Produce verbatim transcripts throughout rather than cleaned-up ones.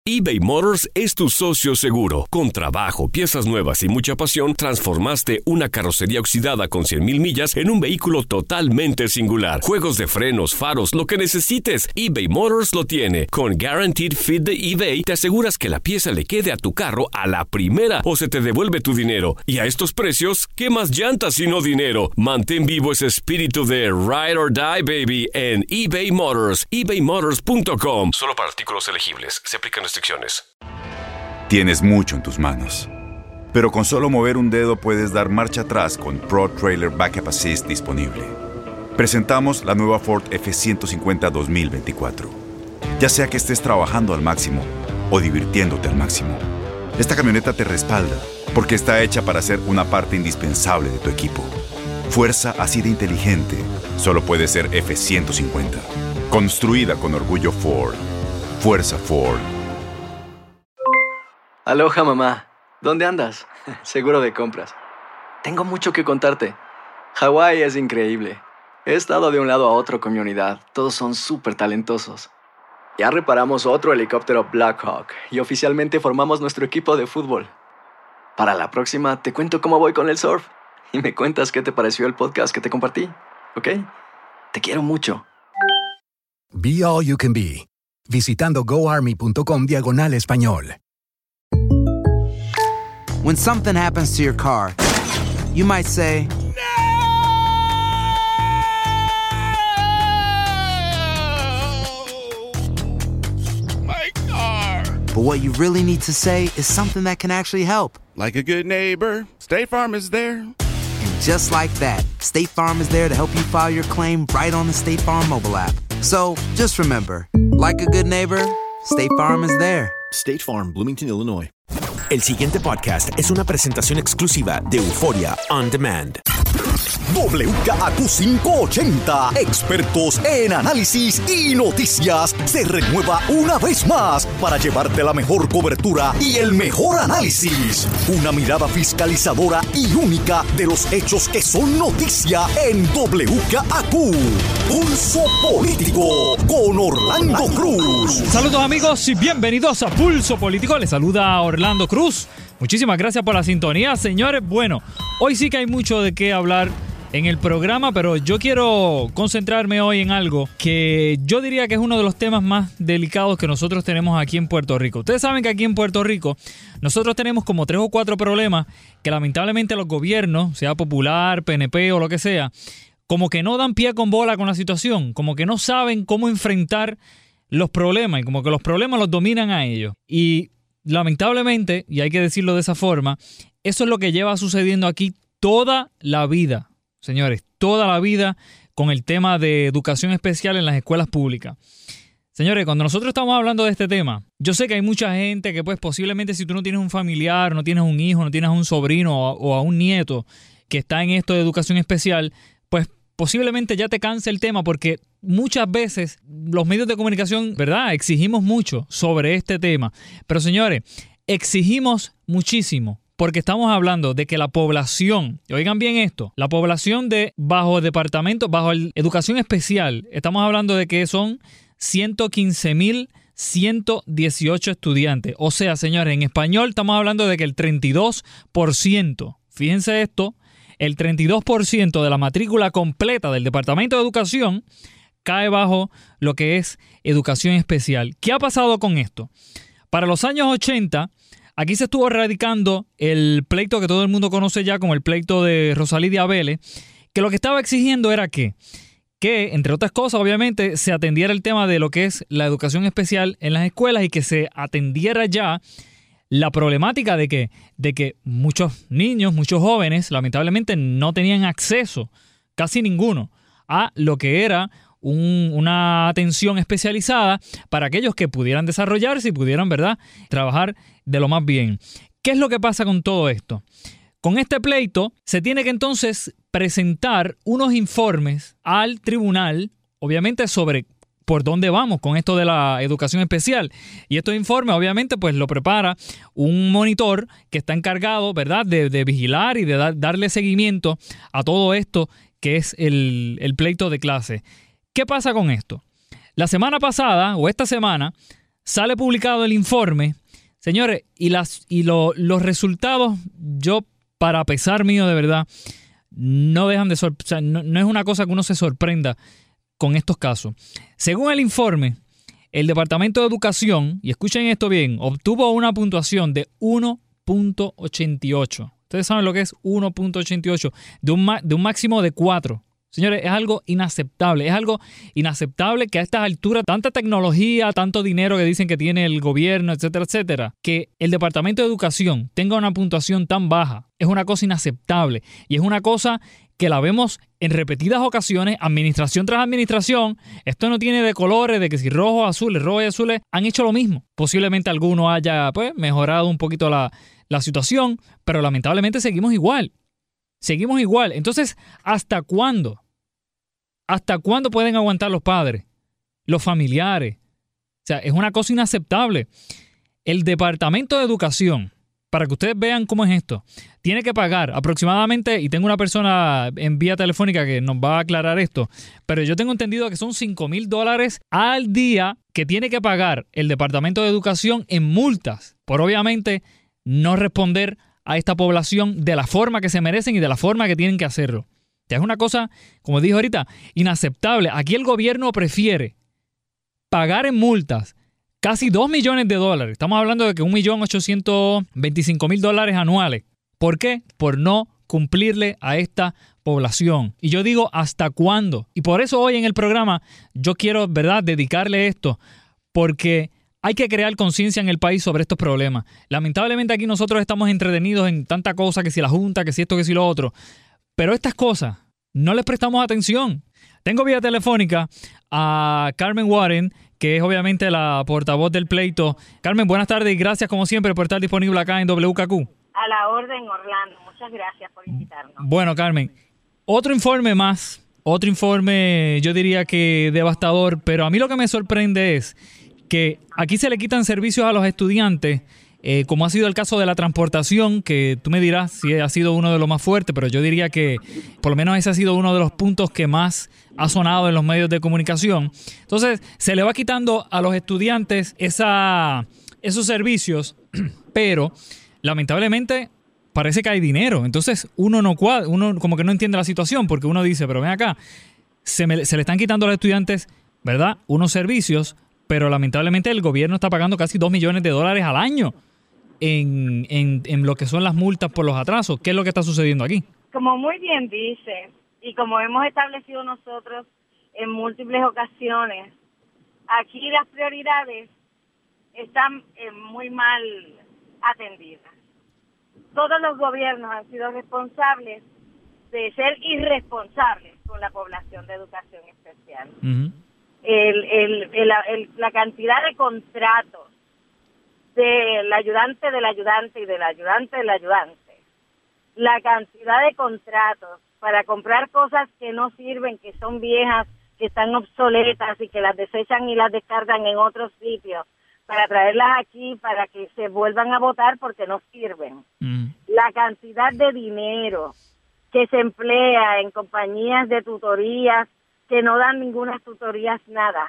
eBay Motors es tu socio seguro. Con trabajo, piezas nuevas y mucha pasión, transformaste una carrocería oxidada con cien mil millas en un vehículo totalmente singular. Juegos de frenos, faros, lo que necesites, eBay Motors lo tiene. Con Guaranteed Fit de eBay, te aseguras que la pieza le quede a tu carro a la primera o se te devuelve tu dinero. Y a estos precios, ¿qué más llantas sino dinero? Mantén vivo ese espíritu de Ride or Die, baby, en eBay Motors. ebay motors punto com. Solo para artículos elegibles. Se aplican restricciones. Tienes mucho en tus manos, pero con solo mover un dedo puedes dar marcha atrás con Pro Trailer Backup Assist disponible. Presentamos la nueva Ford F ciento cincuenta dos mil veinticuatro. Ya sea que estés trabajando al máximo o divirtiéndote al máximo, esta camioneta te respalda porque está hecha para ser una parte indispensable de tu equipo. Fuerza así de inteligente solo puede ser F ciento cincuenta. Construida con orgullo Ford. Fuerza Ford. Aloha, mamá. ¿Dónde andas? Seguro de compras. Tengo mucho que contarte. Hawái es increíble. He estado de un lado a otro con mi unidad. Todos son súper talentosos. Ya reparamos otro helicóptero Blackhawk y oficialmente formamos nuestro equipo de fútbol. Para la próxima te cuento cómo voy con el surf y me cuentas qué te pareció el podcast que te compartí, ¿ok? Te quiero mucho. Be All You Can Be. Visitando goarmy.com diagonal español. When something happens to your car, you might say, but what you really need to say is something that can actually help. Like a good neighbor, State Farm is there. And just like that, State Farm is there to help you file your claim right on the State Farm mobile app. So just remember, like a good neighbor, State Farm is there. State Farm, Bloomington, Illinois. El siguiente podcast es una presentación exclusiva de Euphoria On Demand. W K A Q quinientos ochenta, expertos en análisis y noticias, se renueva una vez más para llevarte la mejor cobertura y el mejor análisis. Una mirada fiscalizadora y única de los hechos que son noticia en W K A Q. Pulso Político con Orlando Cruz. Saludos amigos y bienvenidos a Pulso Político. Les saluda Orlando Cruz. Muchísimas gracias por la sintonía, señores. Bueno, hoy sí que hay mucho de qué hablar en el programa, pero yo quiero concentrarme hoy en algo que yo diría que es uno de los temas más delicados que nosotros tenemos aquí en Puerto Rico. Ustedes saben que aquí en Puerto Rico nosotros tenemos como tres o cuatro problemas que lamentablemente los gobiernos, sea Popular, P N P o lo que sea, como que no dan pie con bola con la situación, como que no saben cómo enfrentar los problemas y como que los problemas los dominan a ellos. Y lamentablemente, y hay que decirlo de esa forma, eso es lo que lleva sucediendo aquí toda la vida. Señores, toda la vida con el tema de educación especial en las escuelas públicas. Señores, cuando nosotros estamos hablando de este tema, yo sé que hay mucha gente que pues posiblemente si tú no tienes un familiar, no tienes un hijo, no tienes un sobrino o, o a un nieto que está en esto de educación especial, pues posiblemente ya te canse el tema porque muchas veces los medios de comunicación, ¿verdad?, exigimos mucho sobre este tema. Pero señores, exigimos muchísimo. Porque estamos hablando de que la población, oigan bien esto, la población de bajo departamento, bajo el, educación especial, estamos hablando de que son ciento quince mil ciento dieciocho estudiantes. O sea, señores, en español estamos hablando de que el treinta y dos por ciento, fíjense esto, el treinta y dos por ciento de la matrícula completa del Departamento de Educación cae bajo lo que es educación especial. ¿Qué ha pasado con esto? Para los años ochenta, aquí se estuvo radicando el pleito que todo el mundo conoce ya como el pleito de Rosalía Vélez, que lo que estaba exigiendo era que, que, entre otras cosas, obviamente, se atendiera el tema de lo que es la educación especial en las escuelas y que se atendiera ya la problemática de que, de que muchos niños, muchos jóvenes, lamentablemente no tenían acceso, casi ninguno, a lo que era Un, una atención especializada para aquellos que pudieran desarrollarse y pudieran, ¿verdad?, trabajar de lo más bien. ¿Qué es lo que pasa con todo esto? Con este pleito se tiene que entonces presentar unos informes al tribunal, obviamente sobre por dónde vamos con esto de la educación especial. Y estos informes, obviamente, pues lo prepara un monitor que está encargado, ¿verdad?, de, de vigilar y de dar, darle seguimiento a todo esto que es el, el pleito de clase. ¿Qué pasa con esto? La semana pasada, o esta semana, sale publicado el informe, señores, y, las, y lo, los resultados, yo, para pesar mío de verdad, no dejan de sorprender, o sea, no, no es una cosa que uno se sorprenda con estos casos. Según el informe, el Departamento de Educación, y escuchen esto bien, obtuvo una puntuación de uno punto ochenta y ocho. Ustedes saben lo que es uno punto ochenta y ocho, de un, de un máximo de cuatro. Señores, es algo inaceptable, es algo inaceptable que a estas alturas, tanta tecnología, tanto dinero que dicen que tiene el gobierno, etcétera, etcétera, que el Departamento de Educación tenga una puntuación tan baja, es una cosa inaceptable y es una cosa que la vemos en repetidas ocasiones, administración tras administración. Esto no tiene de colores, de que si rojo, azules, rojo y azules, han hecho lo mismo. Posiblemente alguno haya pues, mejorado un poquito la, la situación, pero lamentablemente seguimos igual. Seguimos igual. Entonces, ¿hasta cuándo? ¿Hasta cuándo pueden aguantar los padres, los familiares? O sea, es una cosa inaceptable. El Departamento de Educación, para que ustedes vean cómo es esto, tiene que pagar aproximadamente, y tengo una persona en vía telefónica que nos va a aclarar esto, pero yo tengo entendido que son cinco mil dólares al día que tiene que pagar el Departamento de Educación en multas por obviamente no responder a esta población de la forma que se merecen y de la forma que tienen que hacerlo. Es una cosa, como dije ahorita, inaceptable. Aquí el gobierno prefiere pagar en multas casi dos millones de dólares. Estamos hablando de que un millón ochocientos veinticinco mil dólares anuales. ¿Por qué? Por no cumplirle a esta población. Y yo digo, ¿hasta cuándo? Y por eso hoy en el programa yo quiero, ¿verdad?, dedicarle esto, porque hay que crear conciencia en el país sobre estos problemas. Lamentablemente aquí nosotros estamos entretenidos en tanta cosa, que si la Junta, que si esto, que si lo otro. Pero estas cosas no les prestamos atención. Tengo vía telefónica a Carmen Warren, que es obviamente la portavoz del pleito. Carmen, buenas tardes y gracias como siempre por estar disponible acá en W K Q. A la orden, Orlando. Muchas gracias por invitarnos. Bueno, Carmen, otro informe más, otro informe yo diría que devastador, pero a mí lo que me sorprende es que aquí se le quitan servicios a los estudiantes, Eh, como ha sido el caso de la transportación, que tú me dirás si ha sido uno de los más fuertes, pero yo diría que por lo menos ese ha sido uno de los puntos que más ha sonado en los medios de comunicación. Entonces, se le va quitando a los estudiantes esa, esos servicios, pero lamentablemente parece que hay dinero. Entonces, uno no cuadra, uno como que no entiende la situación, porque uno dice, pero ven acá, se, me, se le están quitando a los estudiantes, ¿verdad?, unos servicios, pero lamentablemente el gobierno está pagando casi dos millones de dólares al año En, en, en lo que son las multas por los atrasos. ¿Qué es lo que está sucediendo aquí? Como muy bien dice, y como hemos establecido nosotros en múltiples ocasiones, aquí las prioridades están eh, muy mal atendidas. Todos los gobiernos han sido responsables de ser irresponsables con la población de educación especial. Uh-huh. el, el, el, el, la cantidad de contratos del ayudante del ayudante y del ayudante del ayudante, la cantidad de contratos para comprar cosas que no sirven, que son viejas, que están obsoletas y que las desechan y las descargan en otros sitios para traerlas aquí para que se vuelvan a botar porque no sirven. Mm. La cantidad de dinero que se emplea en compañías de tutorías que no dan ninguna tutorías, nada.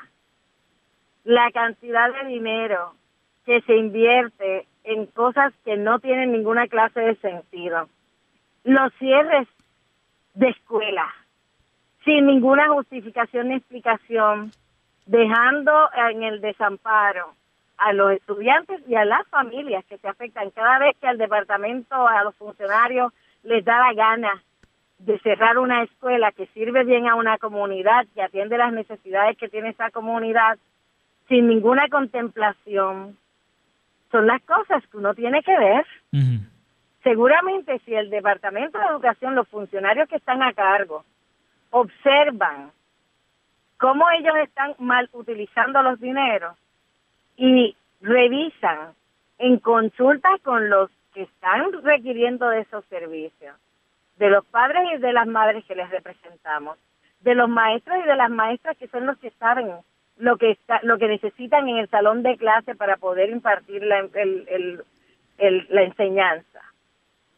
La cantidad de dinero que se invierte en cosas que no tienen ninguna clase de sentido. Los cierres de escuelas, sin ninguna justificación ni explicación, dejando en el desamparo a los estudiantes y a las familias que se afectan. Cada vez que al departamento, a los funcionarios, les da la gana de cerrar una escuela que sirve bien a una comunidad, que atiende las necesidades que tiene esa comunidad, sin ninguna contemplación, son las cosas que uno tiene que ver. Uh-huh. Seguramente si el Departamento de Educación, los funcionarios que están a cargo, observan cómo ellos están mal utilizando los dineros y revisan en consulta con los que están requiriendo de esos servicios, de los padres y de las madres que les representamos, de los maestros y de las maestras que son los que saben lo que está, lo que necesitan en el salón de clase para poder impartir la, el, el, el, la enseñanza,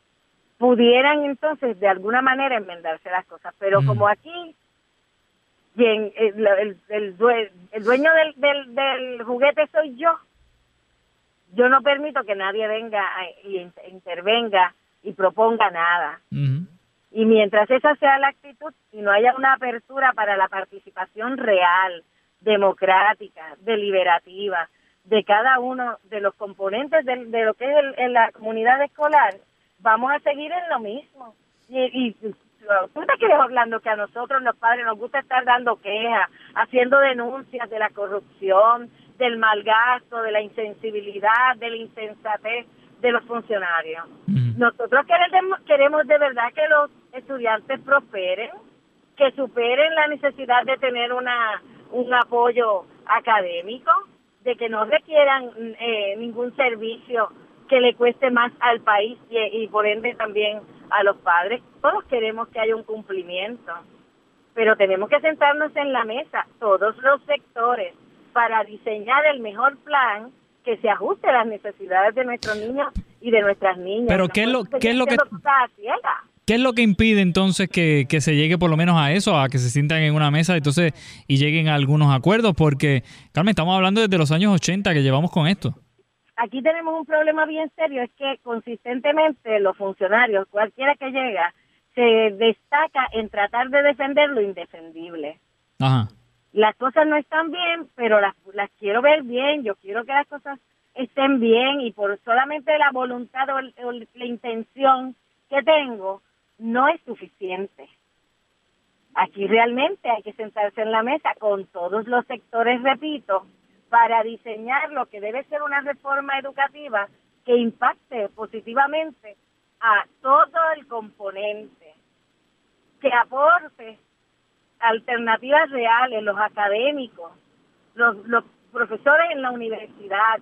pudieran entonces de alguna manera enmendarse las cosas. Pero mm. como aquí quien el, el, el, due, el dueño del, del, del juguete soy yo. Yo no permito que nadie venga y intervenga y proponga nada. Uh-huh. Y mientras esa sea la actitud y no haya una apertura para la participación real, democrática, deliberativa, de cada uno de los componentes de, de lo que es el, en la comunidad escolar, vamos a seguir en lo mismo. Y, y tú te crees, Orlando, que a nosotros los padres nos gusta estar dando quejas, haciendo denuncias de la corrupción, del malgasto, de la insensibilidad, de la insensatez de los funcionarios. Uh-huh. Nosotros queremos, queremos de verdad que los estudiantes prosperen, que superen la necesidad de tener una un apoyo académico, de que no requieran eh, ningún servicio que le cueste más al país y, y por ende también a los padres. Todos queremos que haya un cumplimiento, pero tenemos que sentarnos en la mesa, todos los sectores, para diseñar el mejor plan que se ajuste a las necesidades de nuestros niños y de nuestras niñas. Pero ¿qué es lo, ¿qué es lo que qué es lo que impide entonces que, que se llegue por lo menos a eso, a que se sientan en una mesa entonces y lleguen a algunos acuerdos? Porque, Carmen, estamos hablando desde los años ochenta que llevamos con esto. Aquí tenemos un problema bien serio, es que consistentemente los funcionarios, cualquiera que llega, se destaca en tratar de defender lo indefendible. Ajá. Las cosas no están bien, pero las, las quiero ver bien, yo quiero que las cosas estén bien y por solamente la voluntad o, o la intención que tengo no es suficiente. Aquí realmente hay que sentarse en la mesa con todos los sectores, repito, para diseñar lo que debe ser una reforma educativa que impacte positivamente a todo el componente, que aporte alternativas reales, los académicos, los, los profesores en la universidad,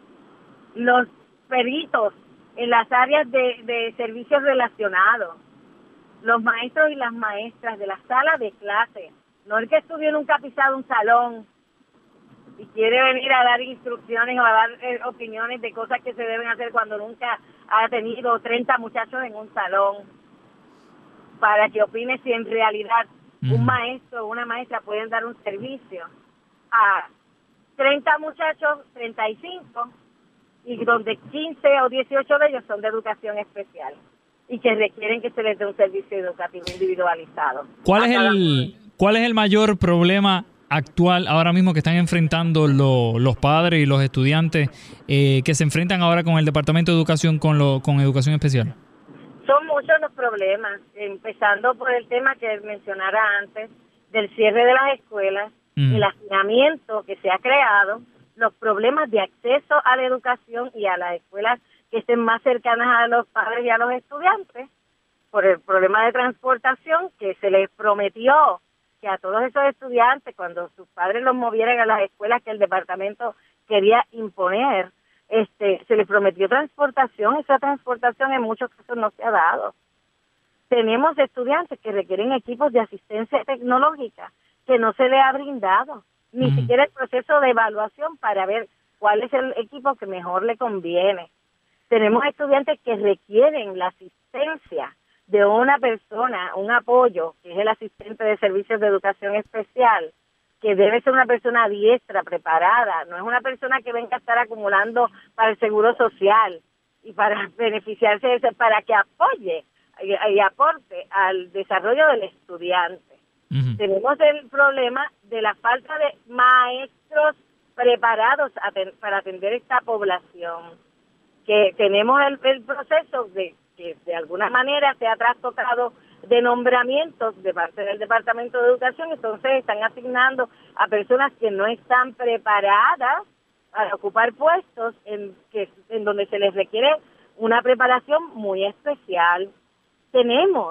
los peritos en las áreas de, de servicios relacionados, los maestros y las maestras de la sala de clase, no el que estudió nunca ha pisado un salón y quiere venir a dar instrucciones o a dar eh, opiniones de cosas que se deben hacer cuando nunca ha tenido treinta muchachos en un salón, para que opine si en realidad un maestro o una maestra pueden dar un servicio a treinta muchachos, treinta y cinco, y donde quince o dieciocho de ellos son de educación especial y que requieren que se les dé un servicio educativo individualizado. ¿Cuál es el cuál es el mayor problema actual ahora mismo que están enfrentando lo, los padres y los estudiantes eh, que se enfrentan ahora con el Departamento de Educación con, lo, con educación especial? Son muchos los problemas, empezando por el tema que mencionara antes, del cierre de las escuelas, mm. el hacinamiento que se ha creado, los problemas de acceso a la educación y a las escuelas que estén más cercanas a los padres y a los estudiantes, por el problema de transportación que se les prometió que a todos esos estudiantes, cuando sus padres los movieran a las escuelas que el departamento quería imponer, Este, se les prometió transportación, esa transportación en muchos casos no se ha dado. Tenemos estudiantes que requieren equipos de asistencia tecnológica que no se les ha brindado, ni uh-huh. siquiera el proceso de evaluación para ver cuál es el equipo que mejor le conviene. Tenemos estudiantes que requieren la asistencia de una persona, un apoyo, que es el asistente de servicios de educación especial, que debe ser una persona diestra, preparada, no es una persona que venga a estar acumulando para el seguro social y para beneficiarse de eso, para que apoye y, y aporte al desarrollo del estudiante. Uh-huh. Tenemos el problema de la falta de maestros preparados a ten, para atender esta población, que tenemos el, el proceso de que de alguna manera se ha trastocado de nombramientos de parte del Departamento de Educación, entonces están asignando a personas que no están preparadas para ocupar puestos en que en donde se les requiere una preparación muy especial. Tenemos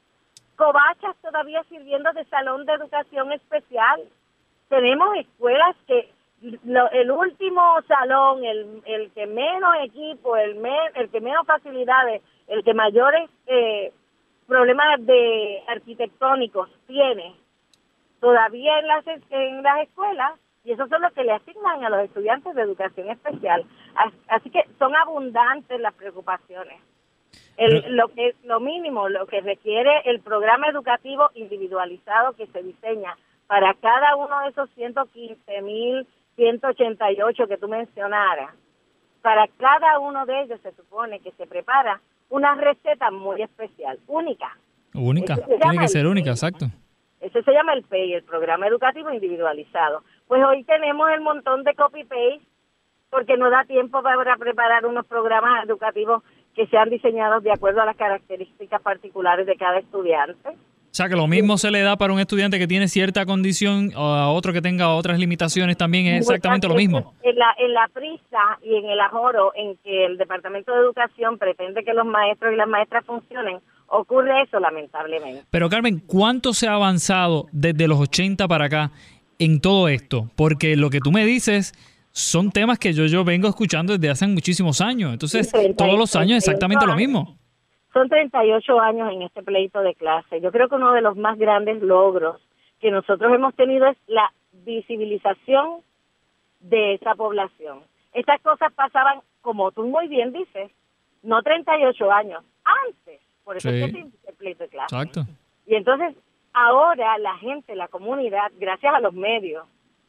covachas todavía sirviendo de salón de educación especial. Tenemos escuelas que lo, el último salón, el, el que menos equipo, el, me, el que menos facilidades, el que mayores eh, problemas de arquitectónicos tiene todavía en las en las escuelas, y esos son los que le asignan a los estudiantes de educación especial. Así que son abundantes las preocupaciones. El, lo que lo mínimo, lo que requiere el programa educativo individualizado que se diseña para cada uno de esos ciento quince mil ciento ochenta y ocho que tú mencionaras, para cada uno de ellos se supone que se prepara una receta muy especial, única. Única, tiene que ser única, exacto. Eso se llama el P E I, el Programa Educativo Individualizado. Pues hoy tenemos el montón de copy-paste porque no da tiempo para preparar unos programas educativos que sean diseñados de acuerdo a las características particulares de cada estudiante. O sea, que lo mismo se le da para un estudiante que tiene cierta condición o a otro que tenga otras limitaciones también, es exactamente lo mismo. En la, en la prisa y en el ajoro en que el Departamento de Educación pretende que los maestros y las maestras funcionen, ocurre eso lamentablemente. Pero Carmen, ¿cuánto se ha avanzado desde los ochenta para acá en todo esto? Porque lo que tú me dices son temas que yo, yo vengo escuchando desde hace muchísimos años. Entonces, todos los años exactamente lo mismo. Son treinta y ocho años en este pleito de clase. Yo creo que uno de los más grandes logros que nosotros hemos tenido es la visibilización de esa población. Estas cosas pasaban, como tú muy bien dices, no treinta y ocho años, antes. Por eso sí. Es que se el pleito de clase. Exacto. Y entonces, ahora la gente, la comunidad, gracias a los medios,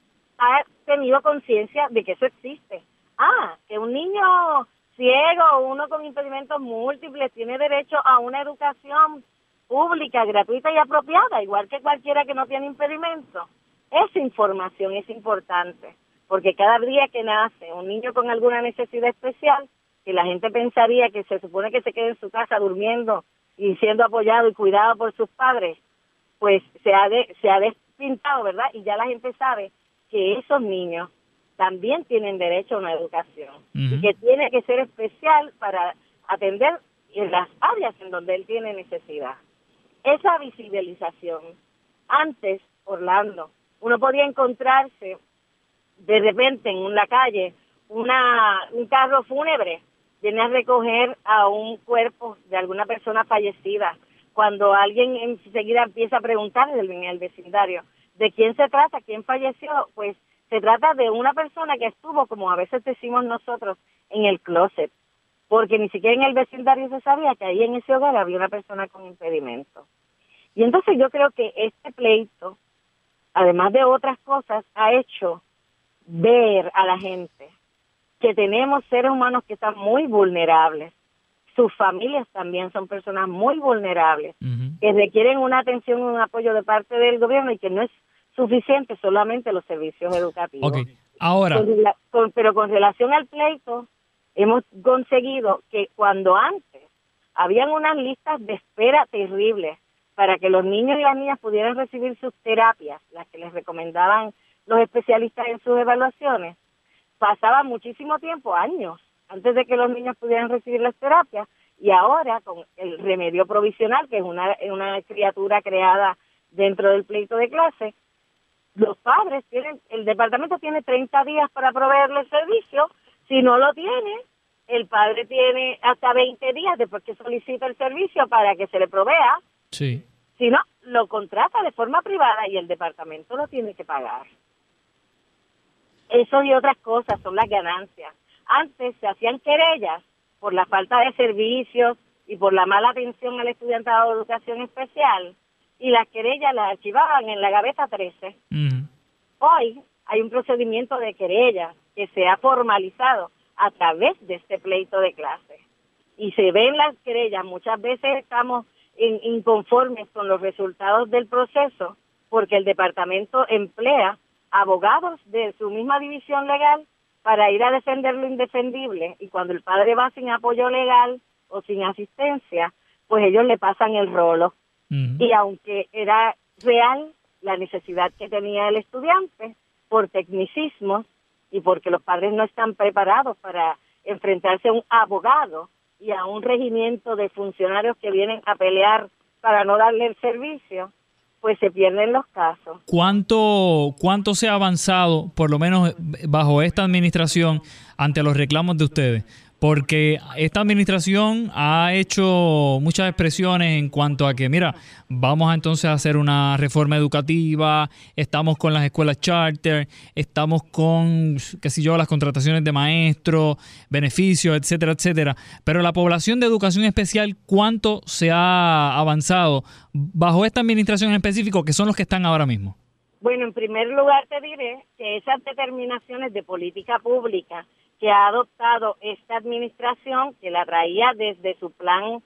ha tenido conciencia de que eso existe. Ah, que un niño ciego o uno con impedimentos múltiples tiene derecho a una educación pública, gratuita y apropiada, igual que cualquiera que no tiene impedimento. Esa información es importante, porque cada día que nace un niño con alguna necesidad especial, que la gente pensaría que se supone que se quede en su casa durmiendo y siendo apoyado y cuidado por sus padres, pues se ha, de, se ha despintado, ¿verdad? Y ya la gente sabe que esos niños también tienen derecho a una educación uh-huh. y que tiene que ser especial para atender en las áreas en donde él tiene necesidad. Esa visibilización, antes, Orlando, uno podía encontrarse de repente en la calle una un carro fúnebre, viene a recoger a un cuerpo de alguna persona fallecida, cuando alguien enseguida empieza a preguntar en el vecindario, ¿de quién se trata? ¿Quién falleció? Pues se trata de una persona que estuvo, como a veces decimos nosotros, en el closet, porque ni siquiera en el vecindario se sabía que ahí en ese hogar había una persona con impedimento. Y entonces yo creo que este pleito, además de otras cosas, ha hecho ver a la gente que tenemos seres humanos que están muy vulnerables. Sus familias también son personas muy vulnerables, uh-huh. que requieren una atención y un apoyo de parte del gobierno y que no es suficiente solamente los servicios educativos. Okay. Ahora, con, con, pero con relación al pleito, hemos conseguido que cuando antes habían unas listas de espera terribles para que los niños y las niñas pudieran recibir sus terapias, las que les recomendaban los especialistas en sus evaluaciones, pasaba muchísimo tiempo, años, antes de que los niños pudieran recibir las terapias, y ahora con el remedio provisional, que es una, una criatura creada dentro del pleito de clase, los padres tienen, el departamento tiene treinta días para proveerle el servicio. Si no lo tiene, el padre tiene hasta veinte días después que solicita el servicio para que se le provea. Sí. Si no, lo contrata de forma privada y el departamento lo tiene que pagar. Eso y otras cosas son las ganancias. Antes se hacían querellas por la falta de servicios y por la mala atención al estudiantado de educación especial, y las querellas las archivaban en la gaveta trece. Uh-huh. Hoy hay un procedimiento de querellas que se ha formalizado a través de este pleito de clase. Y se ven las querellas, muchas veces estamos in- inconformes con los resultados del proceso porque el departamento emplea abogados de su misma división legal para ir a defender lo indefendible, y cuando el padre va sin apoyo legal o sin asistencia, pues ellos le pasan el rolo. Uh-huh. Y aunque era real la necesidad que tenía el estudiante, por tecnicismo y porque los padres no están preparados para enfrentarse a un abogado y a un regimiento de funcionarios que vienen a pelear para no darle el servicio, pues se pierden los casos. ¿Cuánto, cuánto se ha avanzado, por lo menos bajo esta administración, ante los reclamos de ustedes? Porque esta administración ha hecho muchas expresiones en cuanto a que, mira, vamos a entonces a hacer una reforma educativa, estamos con las escuelas charter, estamos con, qué sé yo, las contrataciones de maestros, beneficios, etcétera, etcétera. Pero la población de educación especial, ¿cuánto se ha avanzado bajo esta administración en específico, que son los que están ahora mismo? Bueno, en primer lugar te diré que esas determinaciones de política pública que ha adoptado esta administración, que la traía desde su plan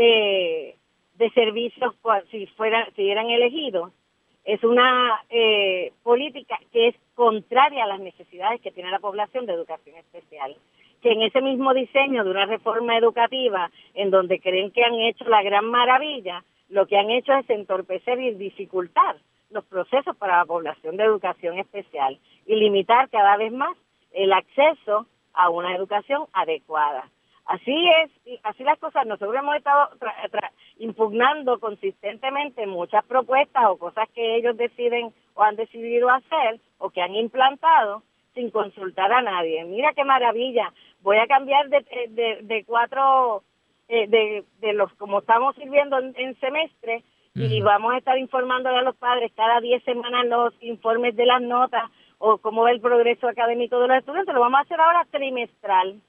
de, de servicios, si fuera, si eran elegidos, es una eh, política que es contraria a las necesidades que tiene la población de educación especial. Que en ese mismo diseño de una reforma educativa, en donde creen que han hecho la gran maravilla, lo que han hecho es entorpecer y dificultar los procesos para la población de educación especial y limitar cada vez más el acceso a una educación adecuada. Así es, así las cosas. Nosotros hemos estado tra- tra- impugnando consistentemente muchas propuestas o cosas que ellos deciden o han decidido hacer o que han implantado sin consultar a nadie. Mira qué maravilla, voy a cambiar de, de, de cuatro, eh, de, de los como estamos sirviendo en, en semestre, y vamos a estar informándole a los padres cada diez semanas los informes de las notas o cómo va el progreso académico de los estudiantes. Lo vamos a hacer ahora trimestral,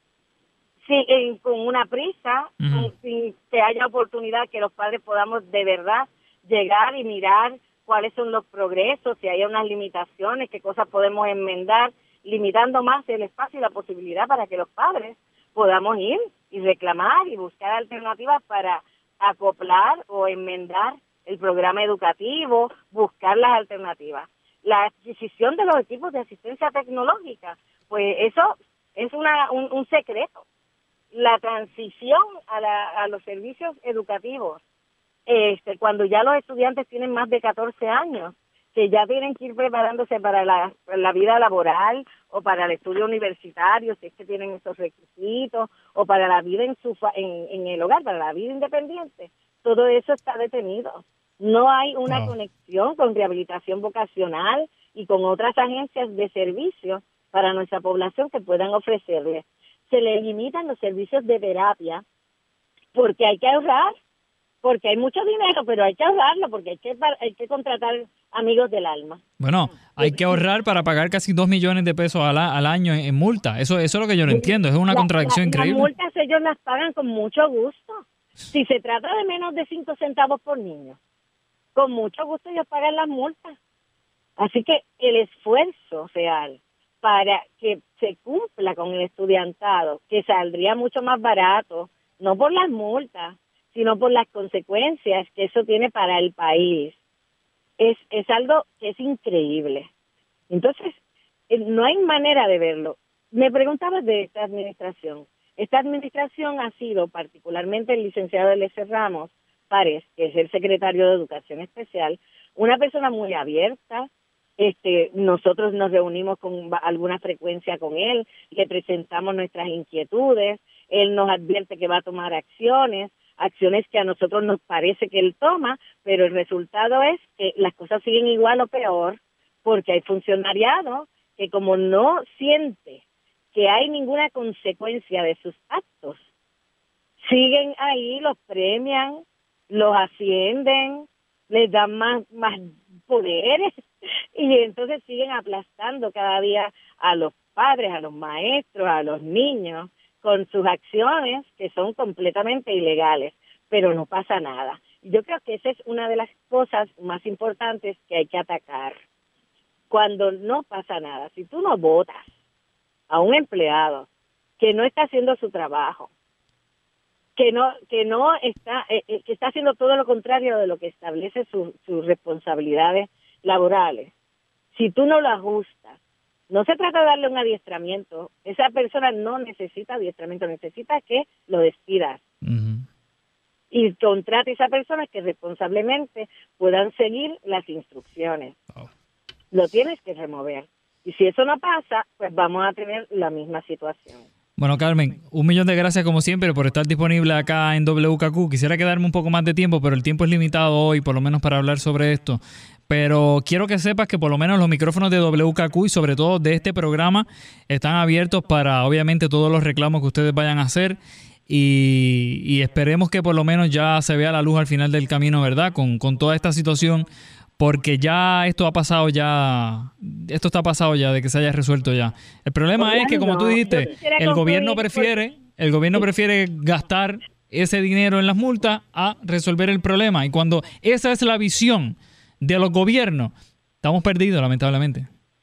sí, en, con una prisa, uh-huh. sin que haya oportunidad que los padres podamos de verdad llegar y mirar cuáles son los progresos, si hay unas limitaciones, qué cosas podemos enmendar, limitando más el espacio y la posibilidad para que los padres podamos ir y reclamar y buscar alternativas para acoplar o enmendar el programa educativo, buscar las alternativas. La adquisición de los equipos de asistencia tecnológica, pues eso es una un, un secreto. La transición a, la, a los servicios educativos, este, cuando ya los estudiantes tienen más de catorce años, que ya tienen que ir preparándose para la, la vida laboral o para el estudio universitario, si es que tienen esos requisitos, o para la vida en, su, en, en el hogar, para la vida independiente, todo eso está detenido. No hay una no. conexión con rehabilitación vocacional y con otras agencias de servicio para nuestra población que puedan ofrecerle. Se le limitan los servicios de terapia porque hay que ahorrar, porque hay mucho dinero, pero hay que ahorrarlo, porque hay que, hay que contratar amigos del alma. Bueno, hay que ahorrar para pagar casi dos millones de pesos al, al año en, en multa. Eso, eso es lo que yo no entiendo, es una la, contradicción la, increíble. Las multas ellos las pagan con mucho gusto. Si se trata de menos de cinco centavos por niño, con mucho gusto ellos pagan las multas. Así que el esfuerzo real para que se cumpla con el estudiantado, que saldría mucho más barato, no por las multas, sino por las consecuencias que eso tiene para el país, es, es algo que es increíble. Entonces, no hay manera de verlo. Me preguntabas de esta administración. Esta administración ha sido, particularmente el licenciado Eliezer Ramos Párez, que es el secretario de Educación Especial, una persona muy abierta. Este, nosotros nos reunimos con alguna frecuencia con él, le presentamos nuestras inquietudes, él nos advierte que va a tomar acciones, acciones que a nosotros nos parece que él toma, pero el resultado es que las cosas siguen igual o peor, porque hay funcionariado que como no siente que hay ninguna consecuencia de sus actos, siguen ahí, los premian, los ascienden, les dan más, más poderes y entonces siguen aplastando cada día a los padres, a los maestros, a los niños con sus acciones que son completamente ilegales, pero no pasa nada. Yo creo que esa es una de las cosas más importantes que hay que atacar. Cuando no pasa nada, si tú no votas a un empleado que no está haciendo su trabajo, que no que no está eh, que está haciendo todo lo contrario de lo que establece su, sus responsabilidades laborales, si tú no lo ajustas, no se trata de darle un adiestramiento, esa persona no necesita adiestramiento, necesita que lo despidas. Uh-huh. Y contrate a esa persona que responsablemente puedan seguir las instrucciones. Oh. Lo tienes que remover. Y si eso no pasa, pues vamos a tener la misma situación. Bueno, Carmen, un millón de gracias como siempre por estar disponible acá en W K Q. Quisiera quedarme un poco más de tiempo, pero el tiempo es limitado hoy, por lo menos para hablar sobre esto. Pero quiero que sepas que por lo menos los micrófonos de W K Q y sobre todo de este programa están abiertos para obviamente todos los reclamos que ustedes vayan a hacer y, y esperemos que por lo menos ya se vea la luz al final del camino, ¿verdad? Con, con toda esta situación, porque ya esto ha pasado ya, esto está pasado ya de que se haya resuelto ya. El problema es que, como tú dijiste, el gobierno prefiere, el gobierno prefiere gastar ese dinero en las multas a resolver el problema. Y cuando esa es la visión de los gobiernos, Estamos perdidos, lamentablemente.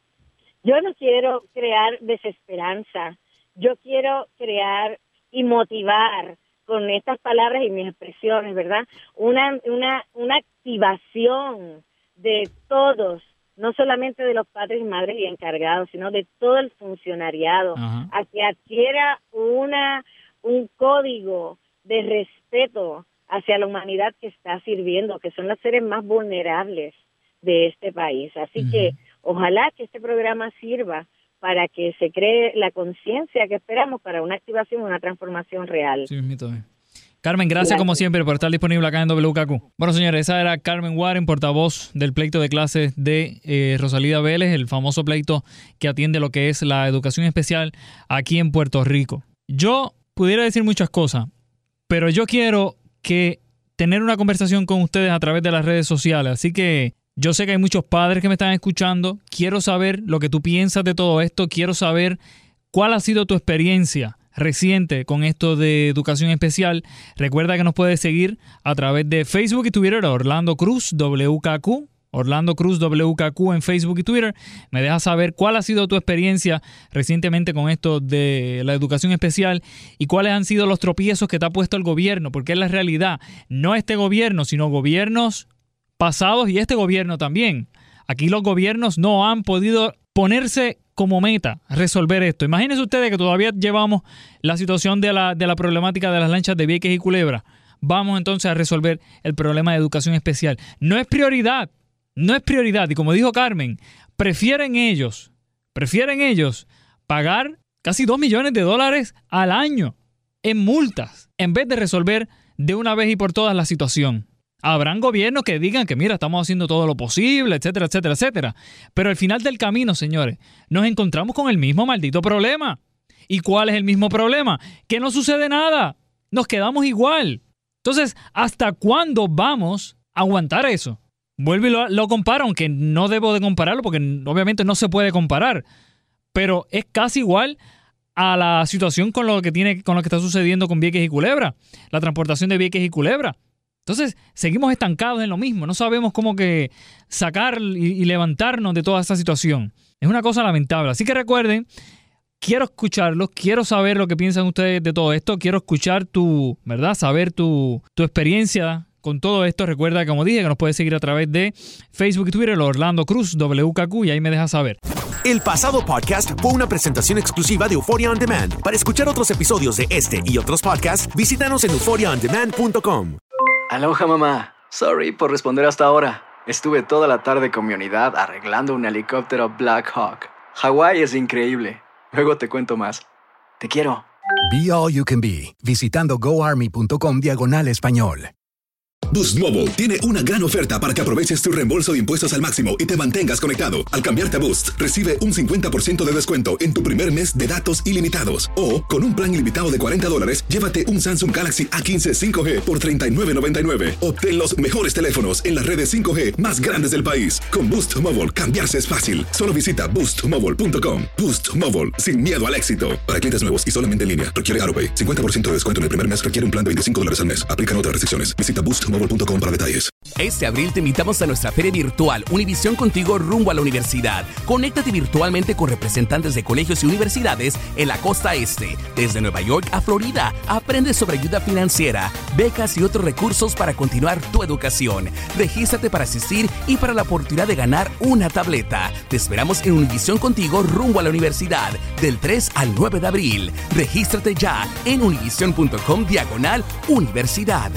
Yo no quiero crear desesperanza. Yo quiero crear y motivar con estas palabras y mis expresiones, ¿verdad? Una, una, una activación de todos, no solamente de los padres y madres y encargados, sino de todo el funcionariado, Ajá. a que adquiera una un código de respeto hacia la humanidad que está sirviendo, que son los seres más vulnerables de este país. Así uh-huh. que ojalá que este programa sirva para que se cree la conciencia que esperamos para una activación, una transformación real. Sí, mito. Carmen, gracias, gracias como siempre por estar disponible acá en W K Q. Bueno, señores, esa era Carmen Warren, portavoz del pleito de clases de eh, Rosalía Vélez, el famoso pleito que atiende lo que es la educación especial aquí en Puerto Rico. Yo pudiera decir muchas cosas, pero yo quiero que tener una conversación con ustedes a través de las redes sociales, así que yo sé que hay muchos padres que me están escuchando. Quiero saber lo que tú piensas de todo esto. Quiero saber cuál ha sido tu experiencia reciente con esto de educación especial. Recuerda que nos puedes seguir a través de Facebook y Twitter, Orlando Cruz W K Q. Orlando Cruz W K Q en Facebook y Twitter. Me dejas saber cuál ha sido tu experiencia recientemente con esto de la educación especial y cuáles han sido los tropiezos que te ha puesto el gobierno, porque es la realidad. No este gobierno, sino gobiernos pasados y este gobierno también. Aquí los gobiernos no han podido ponerse como meta resolver esto. Imagínense ustedes que todavía llevamos la situación de la, de la problemática de las lanchas de Vieques y Culebra. Vamos entonces a resolver el problema de educación especial. No es prioridad, no es prioridad. Y como dijo Carmen, prefieren ellos, prefieren ellos pagar casi dos millones de dólares al año en multas en vez de resolver de una vez y por todas la situación. Habrán gobiernos que digan que mira, estamos haciendo todo lo posible, etcétera, etcétera, etcétera. Pero al final del camino, señores, nos encontramos con el mismo maldito problema. ¿Y cuál es el mismo problema? Que no sucede nada. Nos quedamos igual. Entonces, ¿hasta cuándo vamos a aguantar eso? Vuelvo y lo, lo comparo, aunque no debo de compararlo porque obviamente no se puede comparar. Pero es casi igual a la situación con lo que tiene, con lo que está sucediendo con Vieques y Culebra. La transportación de Vieques y Culebra. Entonces, seguimos estancados en lo mismo. No sabemos cómo que sacar y, y levantarnos de toda esta situación. Es una cosa lamentable. Así que recuerden, quiero escucharlos, quiero saber lo que piensan ustedes de todo esto. Quiero escuchar tu, ¿verdad? Saber tu, tu experiencia con todo esto. Recuerda, como dije, que nos puedes seguir a través de Facebook y Twitter, Orlando Cruz, W K Q, y ahí me dejas saber. El pasado podcast fue una presentación exclusiva de Euphoria On Demand. Para escuchar otros episodios de este y otros podcasts, visítanos en euphoria on demand punto com. Aloha, mamá. Sorry por responder hasta ahora. Estuve toda la tarde con mi unidad arreglando un helicóptero Black Hawk. Hawái es increíble. Luego te cuento más. Te quiero. Be All You Can Be, visitando goarmy.com diagonal español. Boost Mobile tiene una gran oferta para que aproveches tu reembolso de impuestos al máximo y te mantengas conectado. Al cambiarte a Boost, recibe un cincuenta por ciento de descuento en tu primer mes de datos ilimitados. O, con un plan ilimitado de cuarenta dólares, llévate un Samsung Galaxy A quince cinco G por treinta y nueve noventa y nueve. Obtén los mejores teléfonos en las redes cinco G más grandes del país. Con Boost Mobile, cambiarse es fácil. Solo visita boost mobile punto com. Boost Mobile, sin miedo al éxito. Para clientes nuevos y solamente en línea, requiere AutoPay. cincuenta por ciento de descuento en el primer mes requiere un plan de veinticinco dólares al mes. Aplican otras restricciones. Visita boost mobile punto com para detalles. Este abril te invitamos a nuestra feria virtual Univisión Contigo rumbo a la universidad. Conéctate virtualmente con representantes de colegios y universidades en la costa este. Desde Nueva York a Florida, aprende sobre ayuda financiera, becas y otros recursos para continuar tu educación. Regístrate para asistir y para la oportunidad de ganar una tableta. Te esperamos en Univisión Contigo rumbo a la universidad del tres al nueve de abril. Regístrate ya en univision punto com diagonal universidad.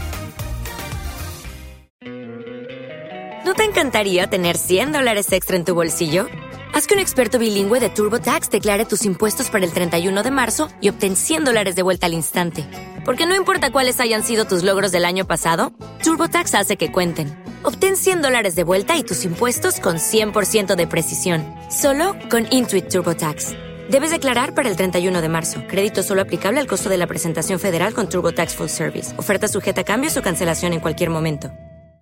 ¿No te encantaría tener cien dólares extra en tu bolsillo? Haz que un experto bilingüe de TurboTax declare tus impuestos para el treinta y uno de marzo y obtén cien dólares de vuelta al instante. Porque no importa cuáles hayan sido tus logros del año pasado, TurboTax hace que cuenten. Obtén cien dólares de vuelta y tus impuestos con cien por ciento de precisión. Solo con Intuit TurboTax. Debes declarar para el treinta y uno de marzo. Crédito solo aplicable al costo de la presentación federal con TurboTax Full Service. Oferta sujeta a cambios o cancelación en cualquier momento.